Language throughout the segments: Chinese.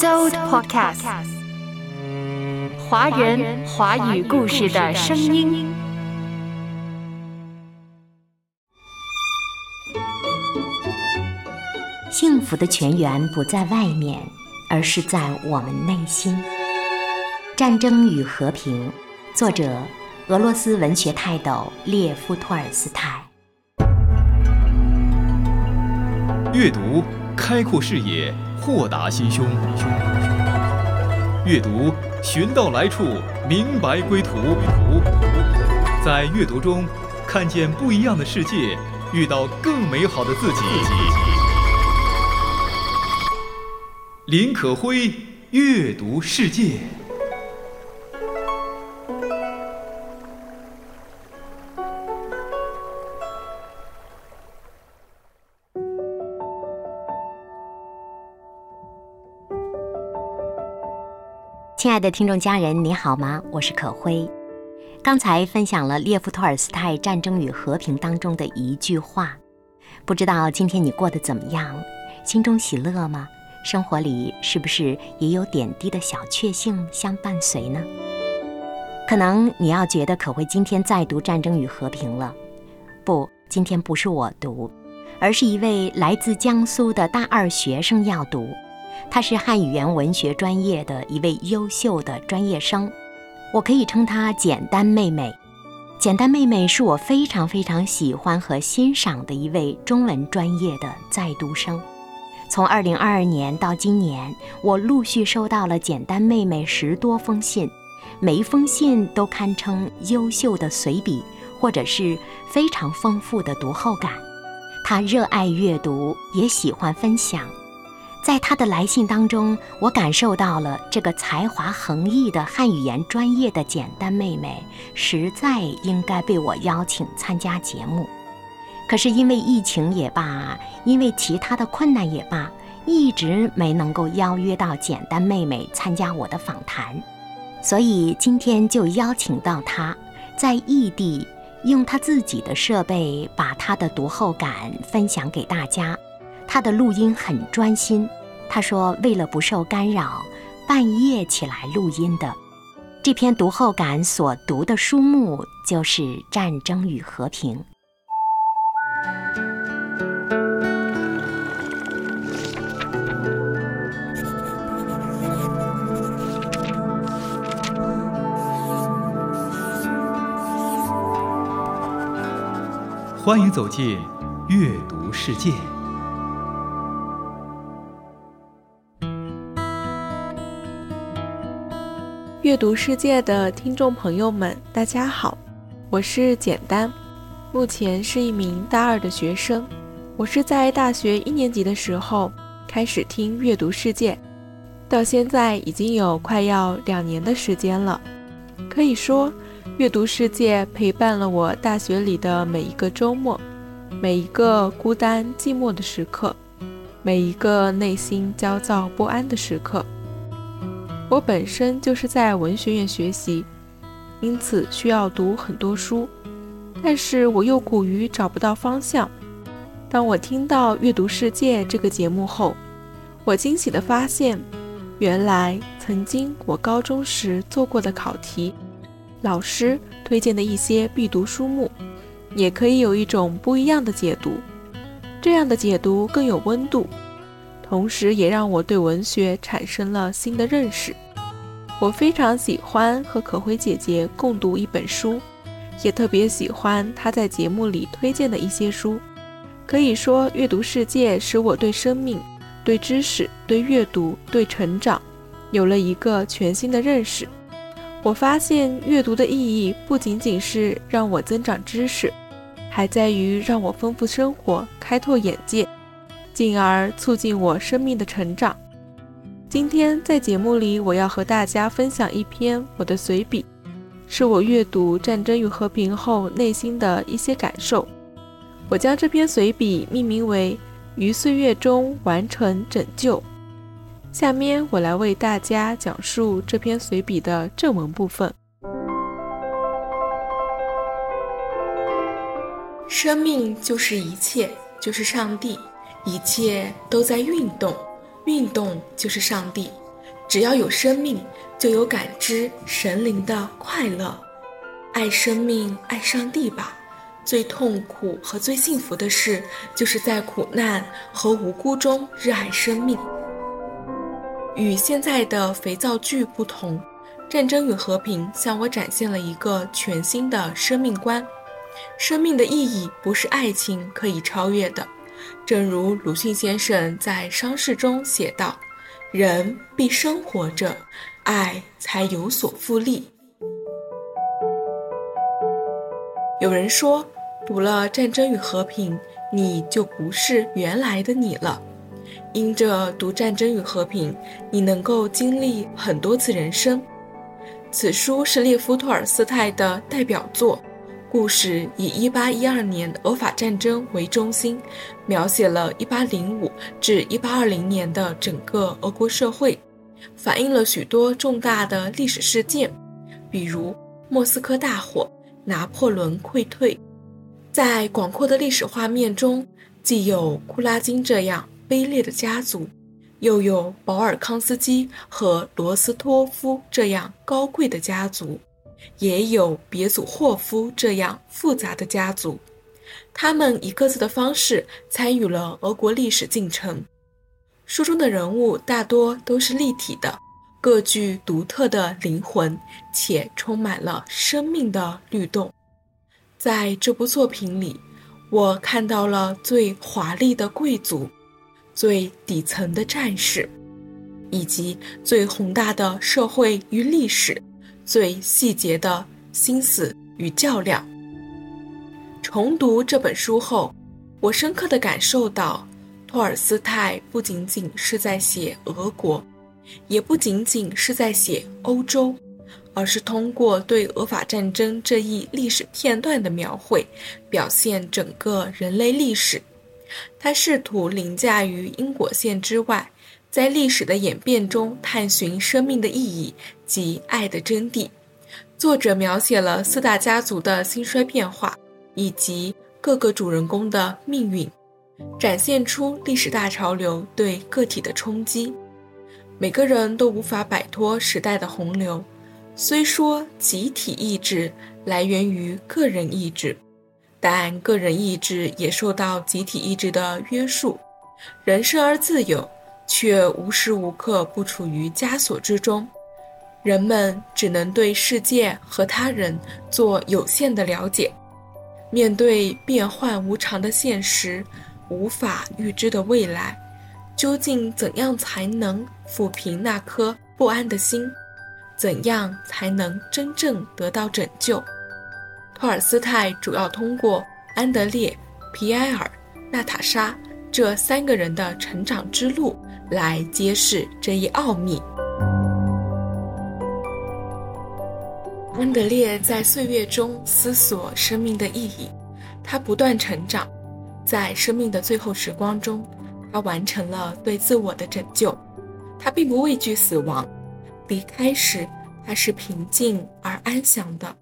Soul Podcast， 华人华语故事的声音。 幸福的泉源不在外面，而是在我们内心。战争与和平，作者俄罗斯文学泰斗列夫·托尔斯泰。 阅读开阔视野，豁达心胸。阅读寻到来处，明白归途。在阅读中看见不一样的世界，遇到更美好的自己。林可辉阅读世界。 亲爱的听众家人，你好吗？我是可辉。刚才分享了列夫·托尔斯泰《战争与和平》当中的一句话，不知道今天你过得怎么样？心中喜乐吗？生活里是不是也有点滴的小确幸相伴随呢？可能你要觉得可辉今天在读《战争与和平》了。不，今天不是我读，而是一位来自江苏的大二学生要读。她是汉语言文学专业的一位优秀的专业生，我可以称她简单妹妹。简单妹妹是我非常非常喜欢和欣赏的一位中文专业的在读生。从2022年到今年，我陆续收到了简单妹妹10多封信，每一封信都堪称优秀的随笔，或者是非常丰富的读后感。她热爱阅读，也喜欢分享。在她的来信当中，我感受到了这个才华横溢的汉语言专业的简单妹妹实在应该被我邀请参加节目。可是因为疫情也罢，因为其他的困难也罢，一直没能够邀约到简单妹妹参加我的访谈，所以今天就邀请到她，在异地用她自己的设备把她的读后感分享给大家。她的录音很专心，她说为了不受干扰，半夜起来录音的。这篇读后感所读的书目就是《战争与和平》。 欢迎走进阅读世界。 阅读世界的听众朋友们，大家好，我是简单，目前是一名大二的学生。我是在大学1年级的时候开始听阅读世界，到现在已经有快要2年的时间了。可以说，阅读世界陪伴了我大学里的每一个周末，每一个孤单寂寞的时刻，每一个内心焦躁不安的时刻。我本身就是在文学院学习，因此需要读很多书，但是我又苦于找不到方向。当我听到阅读世界这个节目后，我惊喜地发现，原来曾经我高中时做过的考题，老师推荐的一些必读书目，也可以有一种不一样的解读。这样的解读更有温度，同时也让我对文学产生了新的认识。我非常喜欢和可辉姐姐共读一本书，也特别喜欢她在节目里推荐的一些书。可以说，阅读世界使我对生命、对知识、对阅读、对成长有了一个全新的认识。我发现阅读的意义不仅仅是让我增长知识，还在于让我丰富生活，开拓眼界，进而促进我生命的成长。今天在节目里，我要和大家分享一篇我的随笔，是我阅读《战争与和平》后内心的一些感受。我将这篇随笔命名为《于岁月中完成拯救》。下面我来为大家讲述这篇随笔的正文部分。生命就是一切，就是上帝，一切都在运动，运动就是上帝， 只要有生命，就有感知神灵的快乐。爱生命，爱上帝吧。最痛苦和最幸福的事，就是在苦难和无辜中热爱生命。与现在的肥皂剧不同，《战争与和平》向我展现了一个全新的生命观。生命的意义不是爱情可以超越的，正如鲁迅先生在《伤逝》中写道：人必生活着，爱才有所复利。有人说，读了《战争与和平》，你就不是原来的你了。因着读《战争与和平》，你能够经历很多次人生。此书是列夫·托尔斯泰的代表作，故事以1812年俄法战争为中心，描写了1805至1820年的整个俄国社会，反映了许多重大的历史事件，比如莫斯科大火、拿破仑溃退。在广阔的历史画面中，既有库拉金这样卑劣的家族，又有保尔康斯基和罗斯托夫这样高贵的家族，也有别祖霍夫这样复杂的家族。他们以各自的方式参与了俄国历史进程。书中的人物大多都是立体的，各具独特的灵魂，且充满了生命的律动。在这部作品里，我看到了最华丽的贵族，最底层的战士，以及最宏大的社会与历史，最细节的心思与较量。重读这本书后，我深刻地感受到，托尔斯泰不仅仅是在写俄国，也不仅仅是在写欧洲，而是通过对俄法战争这一历史片段的描绘，表现整个人类历史。他试图凌驾于因果线之外，在历史的演变中探寻生命的意义及爱的真谛。作者描写了4大家族的兴衰变化，以及各个主人公的命运，展现出历史大潮流对个体的冲击。每个人都无法摆脱时代的洪流，虽说集体意志来源于个人意志，但个人意志也受到集体意志的约束。人生而自由，却无时无刻不处于枷锁之中。人们只能对世界和他人做有限的了解。面对变幻无常的现实，无法预知的未来，究竟怎样才能抚平那颗不安的心？怎样才能真正得到拯救？托尔斯泰主要通过安德烈、皮埃尔、娜塔莎这3个人的成长之路来揭示这一奥秘。安德烈在岁月中思索生命的意义，他不断成长，在生命的最后时光中，他完成了对自我的拯救。他并不畏惧死亡，离开时他是平静而安详的。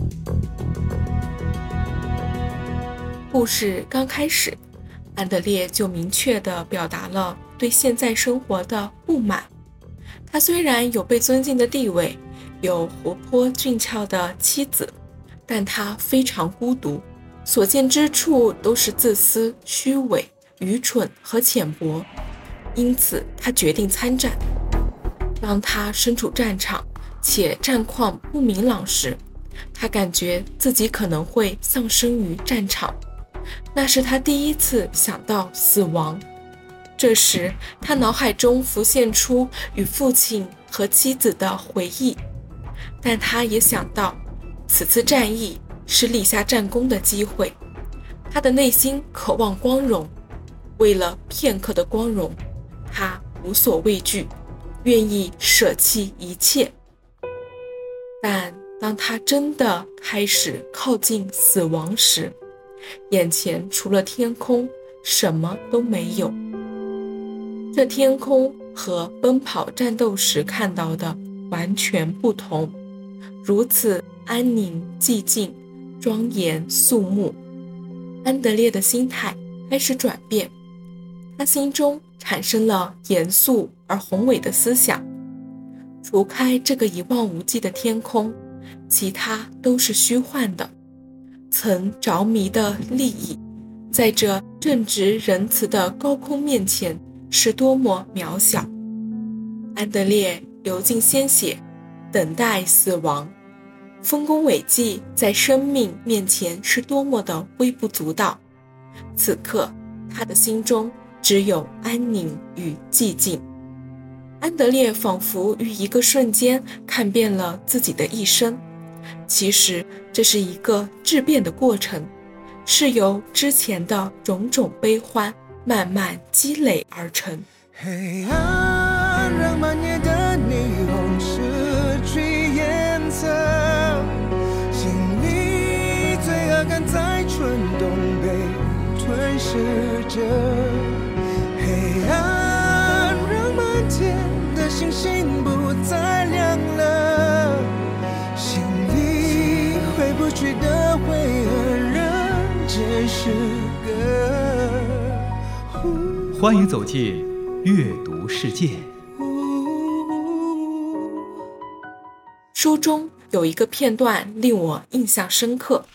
故事刚开始，安德烈就明确地表达了对现在生活的不满。他虽然有被尊敬的地位，有活泼俊俏的妻子，但他非常孤独，所见之处都是自私、虚伪、愚蠢和浅薄。因此他决定参战。当他身处战场且战况不明朗时，他感觉自己可能会丧生于战场。那是他第一次想到死亡。这时他脑海中浮现出与父亲和妻子的回忆，但他也想到此次战役是立下战功的机会。他的内心渴望光荣，为了片刻的光荣，他无所畏惧，愿意舍弃一切。但当他真的开始靠近死亡时，眼前除了天空，什么都没有。这天空和奔跑战斗时看到的完全不同，如此安宁寂静，庄严肃穆。安德烈的心态开始转变，他心中产生了严肃而宏伟的思想。 除开这个一望无际的天空，其他都是虚幻的。曾着迷的利益，在这正直仁慈的高空面前是多么渺小。安德烈流尽鲜血，等待死亡，丰功伟绩在生命面前是多么的微不足道。此刻他的心中只有安宁与寂静。安德烈仿佛于一个瞬间看遍了自己的一生，其实这是一个质变的过程，是由之前的种种悲欢慢慢积累而成。 黑暗让满夜的霓虹失去颜色，心里罪恶感在蠢动被吞噬着。黑暗让满天的星星不再亮了，心里回不去的灰和热只是个欢迎走进阅读世界。 书中有一个片段令我印象深刻。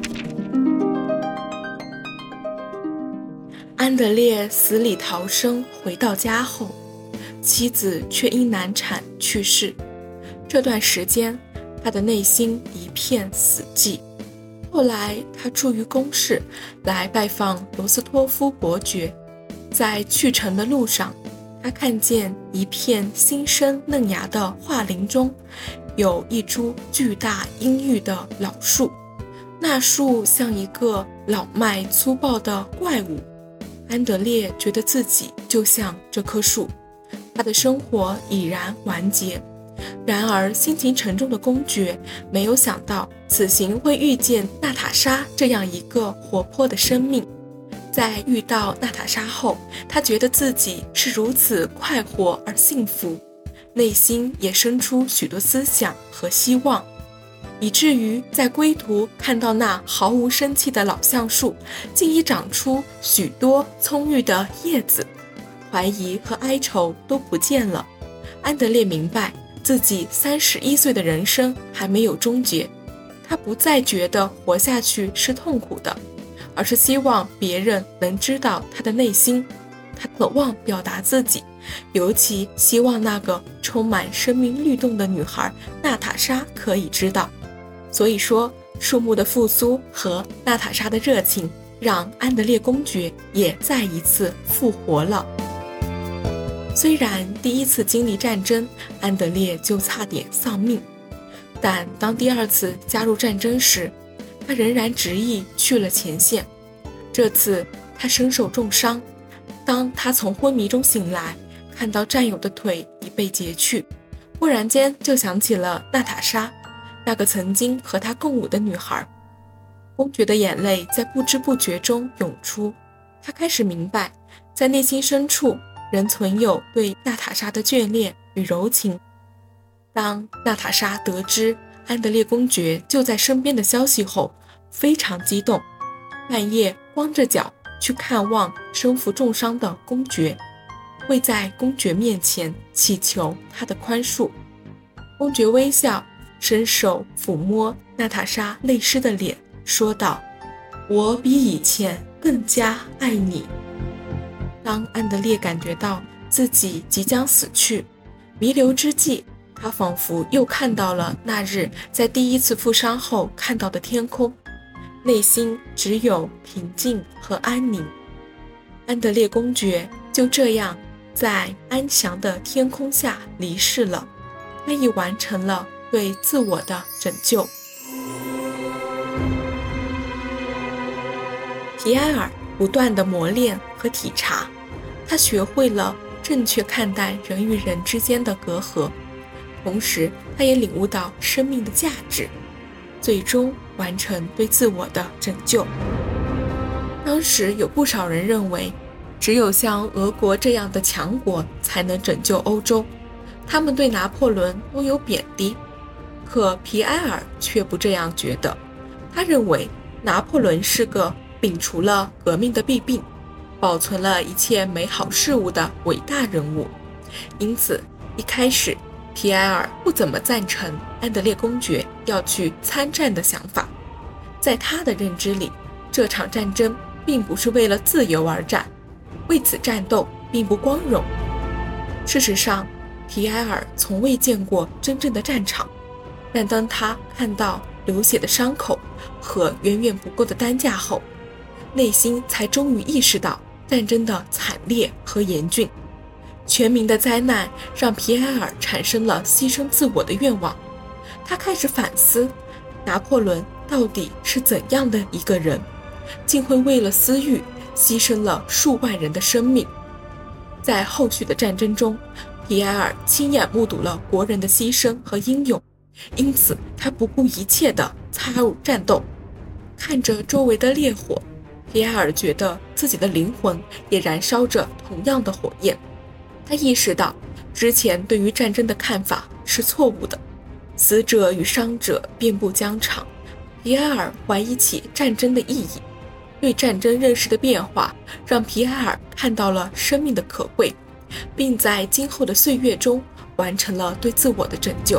安德烈死里逃生回到家后，妻子却因难产去世。这段时间他的内心一片死寂。后来他出于公事来拜访罗斯托夫伯爵，在去程的路上，他看见一片新生嫩芽的桦林中有一株巨大阴郁的老树，那树像一个老迈粗暴的怪物。安德烈觉得自己就像这棵树，他的生活已然完结。然而心情沉重的公爵没有想到此行会遇见娜塔莎这样一个活泼的生命。在遇到娜塔莎后，他觉得自己是如此快活而幸福，内心也生出许多思想和希望，以至于在归途看到那毫无生气的老橡树竟已长出许多葱郁的叶子，怀疑和哀愁都不见了。安德烈明白自己31岁的人生还没有终结，他不再觉得活下去是痛苦的，而是希望别人能知道他的内心。他渴望表达自己，尤其希望那个充满生命律动的女孩娜塔莎可以知道。所以说，树木的复苏和娜塔莎的热情让安德烈公爵也再一次复活了。虽然第一次经历战争，安德烈就差点丧命，但当第二次加入战争时，他仍然执意去了前线。这次他身受重伤，当他从昏迷中醒来，看到战友的腿已被截去，忽然间就想起了娜塔莎，那个曾经和他共舞的女孩。公爵的眼泪在不知不觉中涌出，他开始明白，在内心深处仍存有对娜塔莎的眷恋与柔情。当娜塔莎得知安德烈公爵就在身边的消息后，非常激动，半夜光着脚去看望身负重伤的公爵，跪在公爵面前祈求他的宽恕。公爵微笑，伸手抚摸娜塔莎泪湿的脸，说道：我比以前更加爱你。当安德烈感觉到自己即将死去，弥留之际，他仿佛又看到了那日在第一次负伤后看到的天空，内心只有平静和安宁。安德烈公爵就这样在安详的天空下离世了，他已完成了对自我的拯救。皮埃尔不断地磨练和体察，他学会了正确看待人与人之间的隔阂，同时他也领悟到生命的价值，最终完成对自我的拯救。当时有不少人认为，只有像俄国这样的强国才能拯救欧洲，他们对拿破仑都有贬低。可皮埃尔却不这样觉得，他认为拿破仑是个摒除了革命的弊病，保存了一切美好事物的伟大人物。因此一开始皮埃尔不怎么赞成安德烈公爵要去参战的想法。在他的认知里，这场战争并不是为了自由而战，为此战斗并不光荣。事实上，皮埃尔从未见过真正的战场，但当他看到流血的伤口和远远不够的担架后，内心才终于意识到战争的惨烈和严峻。全民的灾难让皮埃尔产生了牺牲自我的愿望。他开始反思，拿破仑到底是怎样的一个人，竟会为了私欲牺牲了数万人的生命。在后续的战争中，皮埃尔亲眼目睹了国人的牺牲和英勇，因此他不顾一切地参入战斗。看着周围的烈火，皮埃尔觉得自己的灵魂也燃烧着同样的火焰。他意识到之前对于战争的看法是错误的，死者与伤者遍布疆场。皮埃尔怀疑起战争的意义，对战争认识的变化让皮埃尔看到了生命的可贵，并在今后的岁月中完成了对自我的拯救。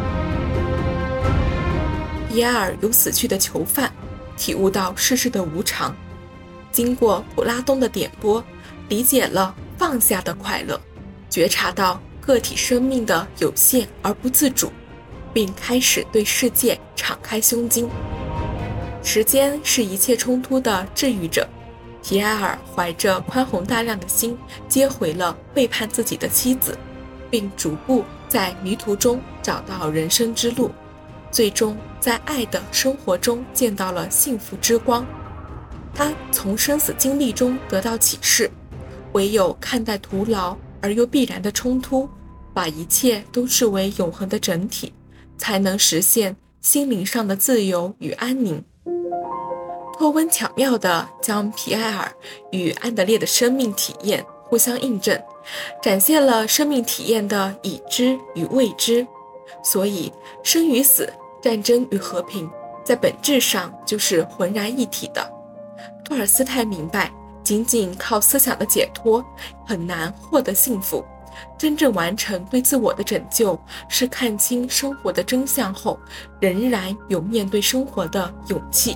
皮埃尔由死去的囚犯体悟到世事的无常，经过普拉东的点拨，理解了放下的快乐，觉察到个体生命的有限而不自主，并开始对世界敞开胸襟。时间是一切冲突的治愈者，皮埃尔怀着宽宏大量的心接回了背叛自己的妻子，并逐步在迷途中找到人生之路，最终在爱的生活中见到了幸福之光。他从生死经历中得到启示，唯有看待徒劳而又必然的冲突，把一切都视为永恒的整体，才能实现心灵上的自由与安宁。托温巧妙地将皮埃尔与安德烈的生命体验互相印证，展现了生命体验的已知与未知。所以生与死，战争与和平，在本质上就是浑然一体的。托尔斯泰明白，仅仅靠思想的解脱很难获得幸福，真正完成对自我的拯救，是看清生活的真相后，仍然有面对生活的勇气。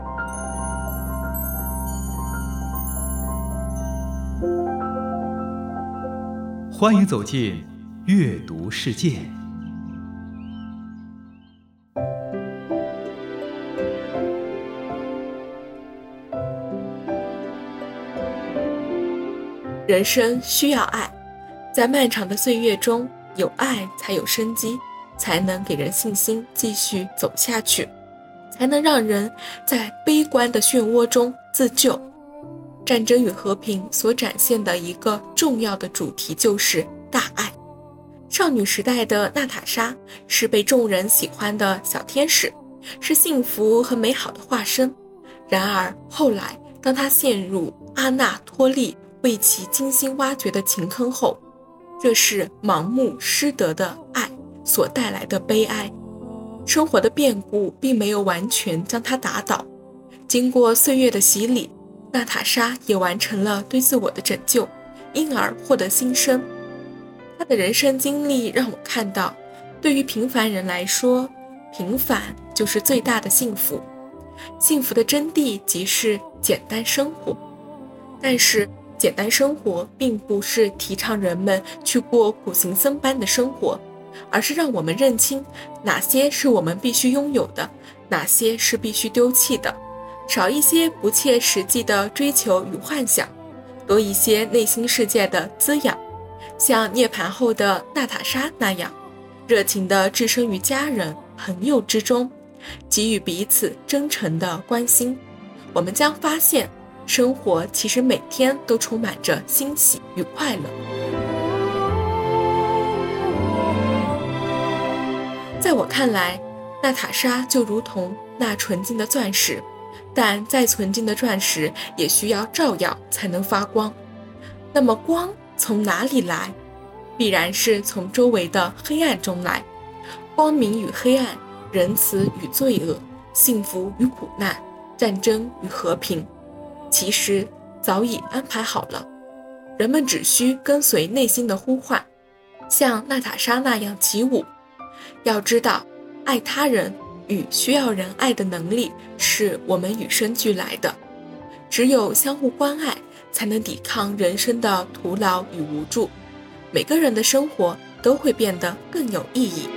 欢迎走进阅读世界。 人生需要爱，在漫长的岁月中，有爱才有生机，才能给人信心继续走下去，才能让人在悲观的漩涡中自救。战争与和平所展现的一个重要的主题就是大爱。少女时代的娜塔莎是被众人喜欢的小天使，是幸福和美好的化身。然而后来，当她陷入阿纳托利为其精心挖掘的情坑后，这是盲目失德的爱所带来的悲哀。生活的变故并没有完全将她打倒，经过岁月的洗礼，娜塔莎也完成了对自我的拯救，因而获得新生。她的人生经历让我看到，对于平凡人来说，平凡就是最大的幸福。幸福的真谛即是简单生活。但是简单生活并不是提倡人们去过苦行僧般的生活，而是让我们认清哪些是我们必须拥有的，哪些是必须丢弃的，少一些不切实际的追求与幻想，多一些内心世界的滋养。像涅槃后的娜塔莎那样，热情地置身于家人朋友之中，给予彼此真诚的关心，我们将发现生活其实每天都充满着欣喜与快乐。在我看来，娜塔莎就如同那纯净的钻石，但再纯净的钻石也需要照耀才能发光。那么光从哪里来？必然是从周围的黑暗中来。光明与黑暗，仁慈与罪恶，幸福与苦难，战争与和平，其实早已安排好了，人们只需跟随内心的呼唤，像娜塔莎那样起舞， 要知道，爱他人与需要人爱的能力是我们与生俱来的，只有相互关爱，才能抵抗人生的徒劳与无助，每个人的生活都会变得更有意义。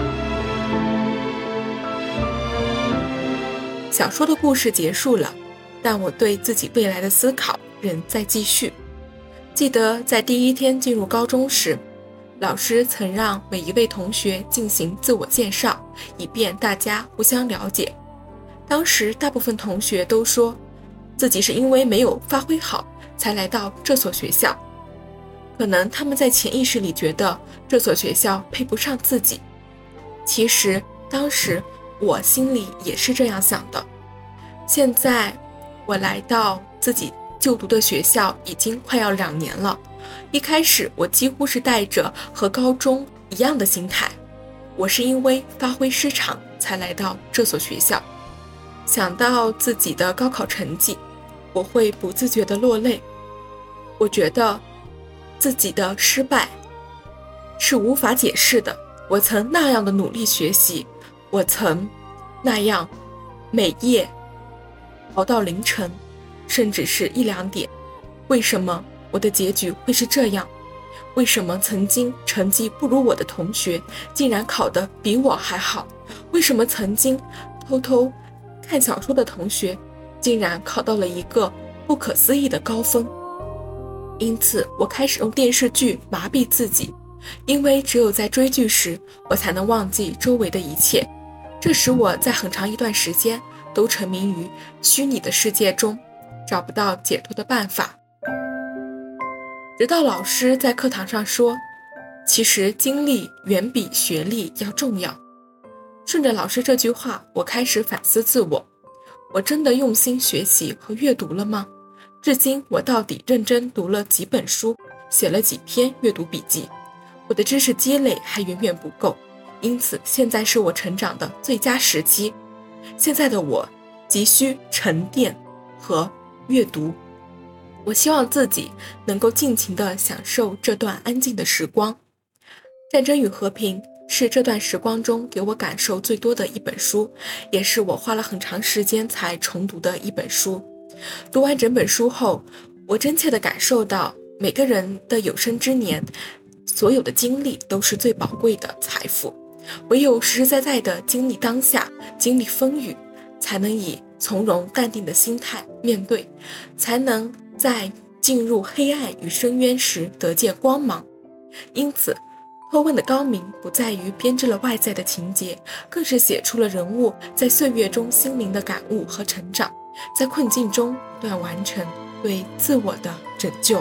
小说的故事结束了，但我对自己未来的思考仍在继续。记得在第一天进入高中时，老师曾让每一位同学进行自我介绍，以便大家互相了解。当时大部分同学都说自己是因为没有发挥好才来到这所学校，可能他们在潜意识里觉得这所学校配不上自己。其实当时我心里也是这样想的。现在我来到自己就读的学校已经快要2年了，一开始我几乎是带着和高中一样的心态，我是因为发挥失常才来到这所学校。想到自己的高考成绩，我会不自觉地落泪。我觉得自己的失败是无法解释的。我曾那样的努力学习，我曾那样每夜熬到凌晨，甚至是1、2点。为什么我的结局会是这样？为什么曾经成绩不如我的同学竟然考得比我还好？为什么曾经偷偷看小说的同学竟然考到了一个不可思议的高分？因此我开始用电视剧麻痹自己，因为只有在追剧时，我才能忘记周围的一切。这使我在很长一段时间都沉迷于虚拟的世界中，找不到解脱的办法。直到老师在课堂上说，其实经历远比学历要重要。顺着老师这句话，我开始反思自我，我真的用心学习和阅读了吗？至今我到底认真读了几本书，写了几篇阅读笔记？我的知识积累还远远不够，因此现在是我成长的最佳时机。现在的我急需沉淀和阅读。我希望自己能够尽情地享受这段安静的时光。《战争与和平》是这段时光中给我感受最多的一本书，也是我花了很长时间才重读的一本书。读完整本书后，我真切地感受到每个人的有生之年，所有的经历都是最宝贵的财富，唯有实实在在地经历当下，经历风雨，才能以从容淡定的心态面对，才能在进入黑暗与深渊时得见光芒。因此托温的高明不在于编织了外在的情节，更是写出了人物在岁月中心灵的感悟和成长，在困境中不断完成对自我的拯救。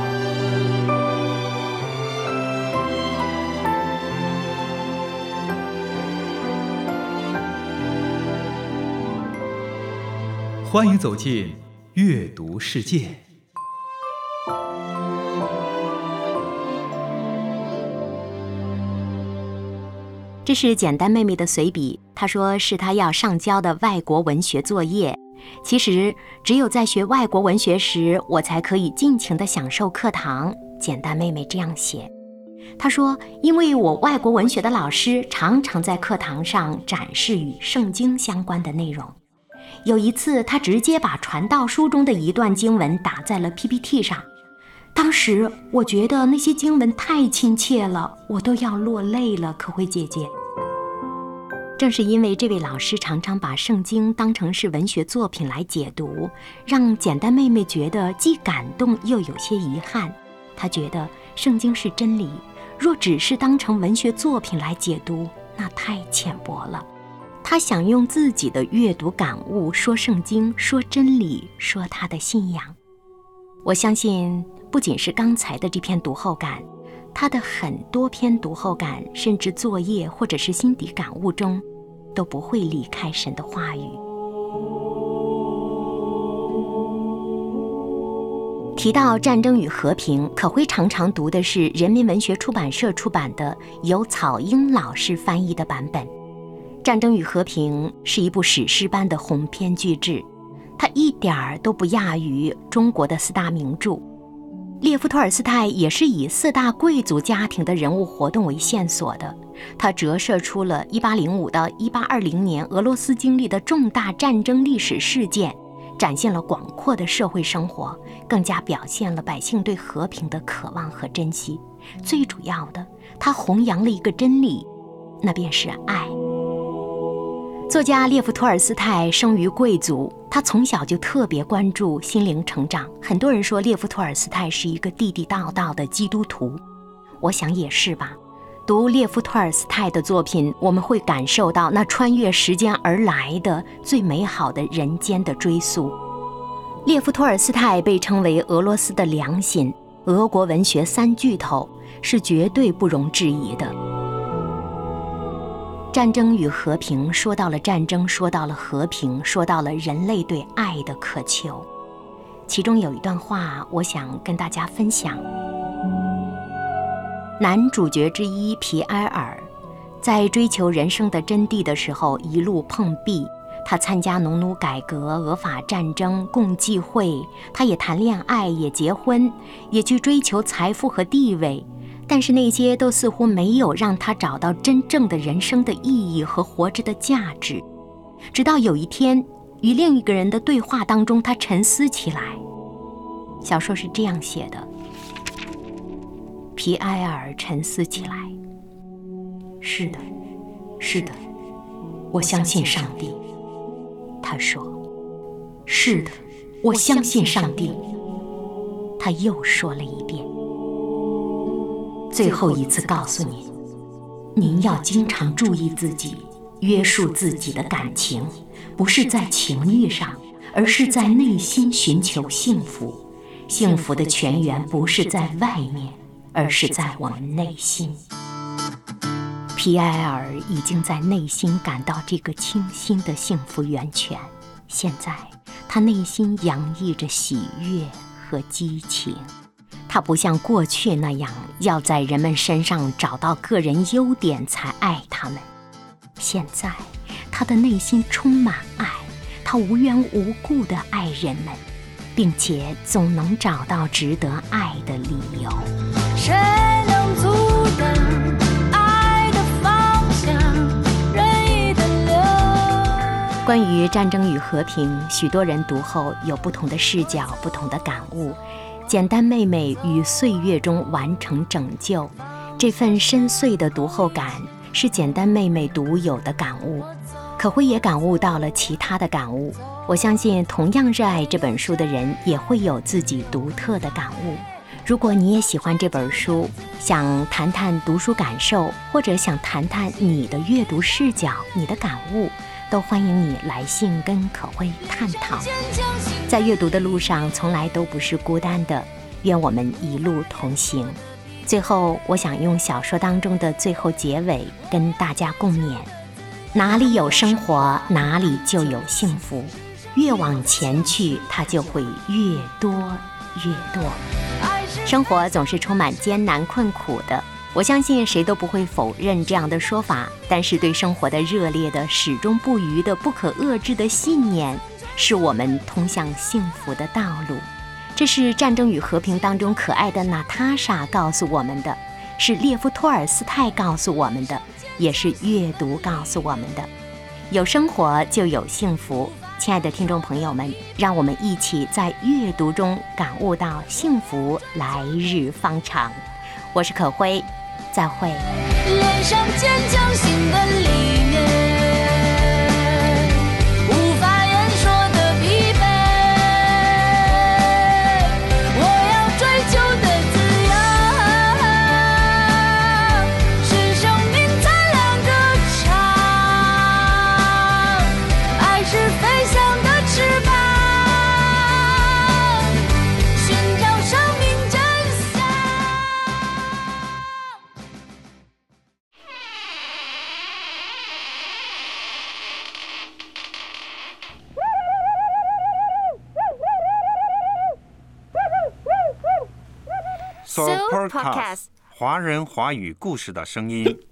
欢迎走进阅读世界。 这是简单妹妹的随笔，她说是她要上交的外国文学作业。其实只有在学外国文学时，我才可以尽情地享受课堂。简单妹妹这样写。她说，因为我外国文学的老师常常在课堂上展示与圣经相关的内容。有一次，他直接把传道书中的一段经文打在了 PPT 上。当时我觉得那些经文太亲切了，我都要落泪了，可慧姐姐。正是因为这位老师常常把圣经当成是文学作品来解读，让简单妹妹觉得既感动又有些遗憾。她觉得圣经是真理，若只是当成文学作品来解读，那太浅薄了。她想用自己的阅读感悟说圣经，说真理，说她的信仰。我相信不仅是刚才的这篇读后感，他的很多篇读后感，甚至作业或者是心底感悟中，都不会离开神的话语。提到《战争与和平》，可辉常常读的是人民文学出版社出版的由草英老师翻译的版本。《战争与和平》是一部史诗般的鸿篇巨制，它一点儿都不亚于中国的4大名著。 列夫·托尔斯泰也是以4大贵族家庭的人物活动为线索的，他折射出了1805到1820年俄罗斯经历的重大战争历史事件，展现了广阔的社会生活，更加表现了百姓对和平的渴望和珍惜。最主要的，他弘扬了一个真理，那便是爱。作家列夫·托尔斯泰生于贵族，他从小就特别关注心灵成长。很多人说列夫·托尔斯泰是一个地地道道的基督徒，我想也是吧。读列夫·托尔斯泰的作品，我们会感受到那穿越时间而来的最美好的人间的追溯。列夫·托尔斯泰被称为俄罗斯的良心，俄国文学3巨头，是绝对不容置疑的。战争与和平，说到了战争，说到了和平，说到了人类对爱的渴求。其中有一段话，我想跟大家分享。男主角之一皮埃尔，在追求人生的真谛的时候，一路碰壁。他参加农奴改革、俄法战争、共济会，他也谈恋爱，也结婚，也去追求财富和地位。但是那些都似乎没有让他找到真正的人生的意义和活着的价值。直到有一天，与另一个人的对话当中，他沉思起来。小说是这样写的：皮埃尔沉思起来，是的，是的，我相信上帝。他说，是的，我相信上帝。他又说了一遍，最后一次告诉您，您要经常注意自己，约束自己的感情，不是在情欲上，而是在内心寻求幸福。幸福的泉源不是在外面，而是在我们内心。皮埃尔已经在内心感到这个清新的幸福源泉，现在他内心洋溢着喜悦和激情。他不像过去那样要在人们身上找到个人优点才爱他们，现在他的内心充满爱，他无缘无故地爱人们，并且总能找到值得爱的理由。 谁能阻挡爱的方向，任意的流。 关于战争与和平，许多人读后有不同的视角，不同的感悟。简单妹妹于岁月中完成拯救，这份深邃的读后感是简单妹妹独有的感悟。可辉也感悟到了其他的感悟，我相信同样热爱这本书的人也会有自己独特的感悟。如果你也喜欢这本书，想谈谈读书感受，或者想谈谈你的阅读视角、你的感悟，都欢迎你来信跟可辉探讨。在阅读的路上从来都不是孤单的，愿我们一路同行。最后我想用小说当中的最后结尾跟大家共勉：哪里有生活，哪里就有幸福，越往前去它就会越多越多。生活总是充满艰难困苦的，我相信谁都不会否认这样的说法，但是对生活的热烈的、始终不渝的、不可遏制的信念，是我们通向幸福的道路。这是《战争与和平》当中可爱的娜塔莎告诉我们的，是列夫·托尔斯泰告诉我们的，也是阅读告诉我们的。有生活就有幸福。亲爱的听众朋友们，让我们一起在阅读中感悟到幸福来日方长。我是可辉，再会。 脸上坚强性的理念，无法言说的疲惫，我要追求的自由，是生命灿烂歌唱，爱是飞翔的翅膀，寻找生命真相。 So Podcast 华人华语故事的声音。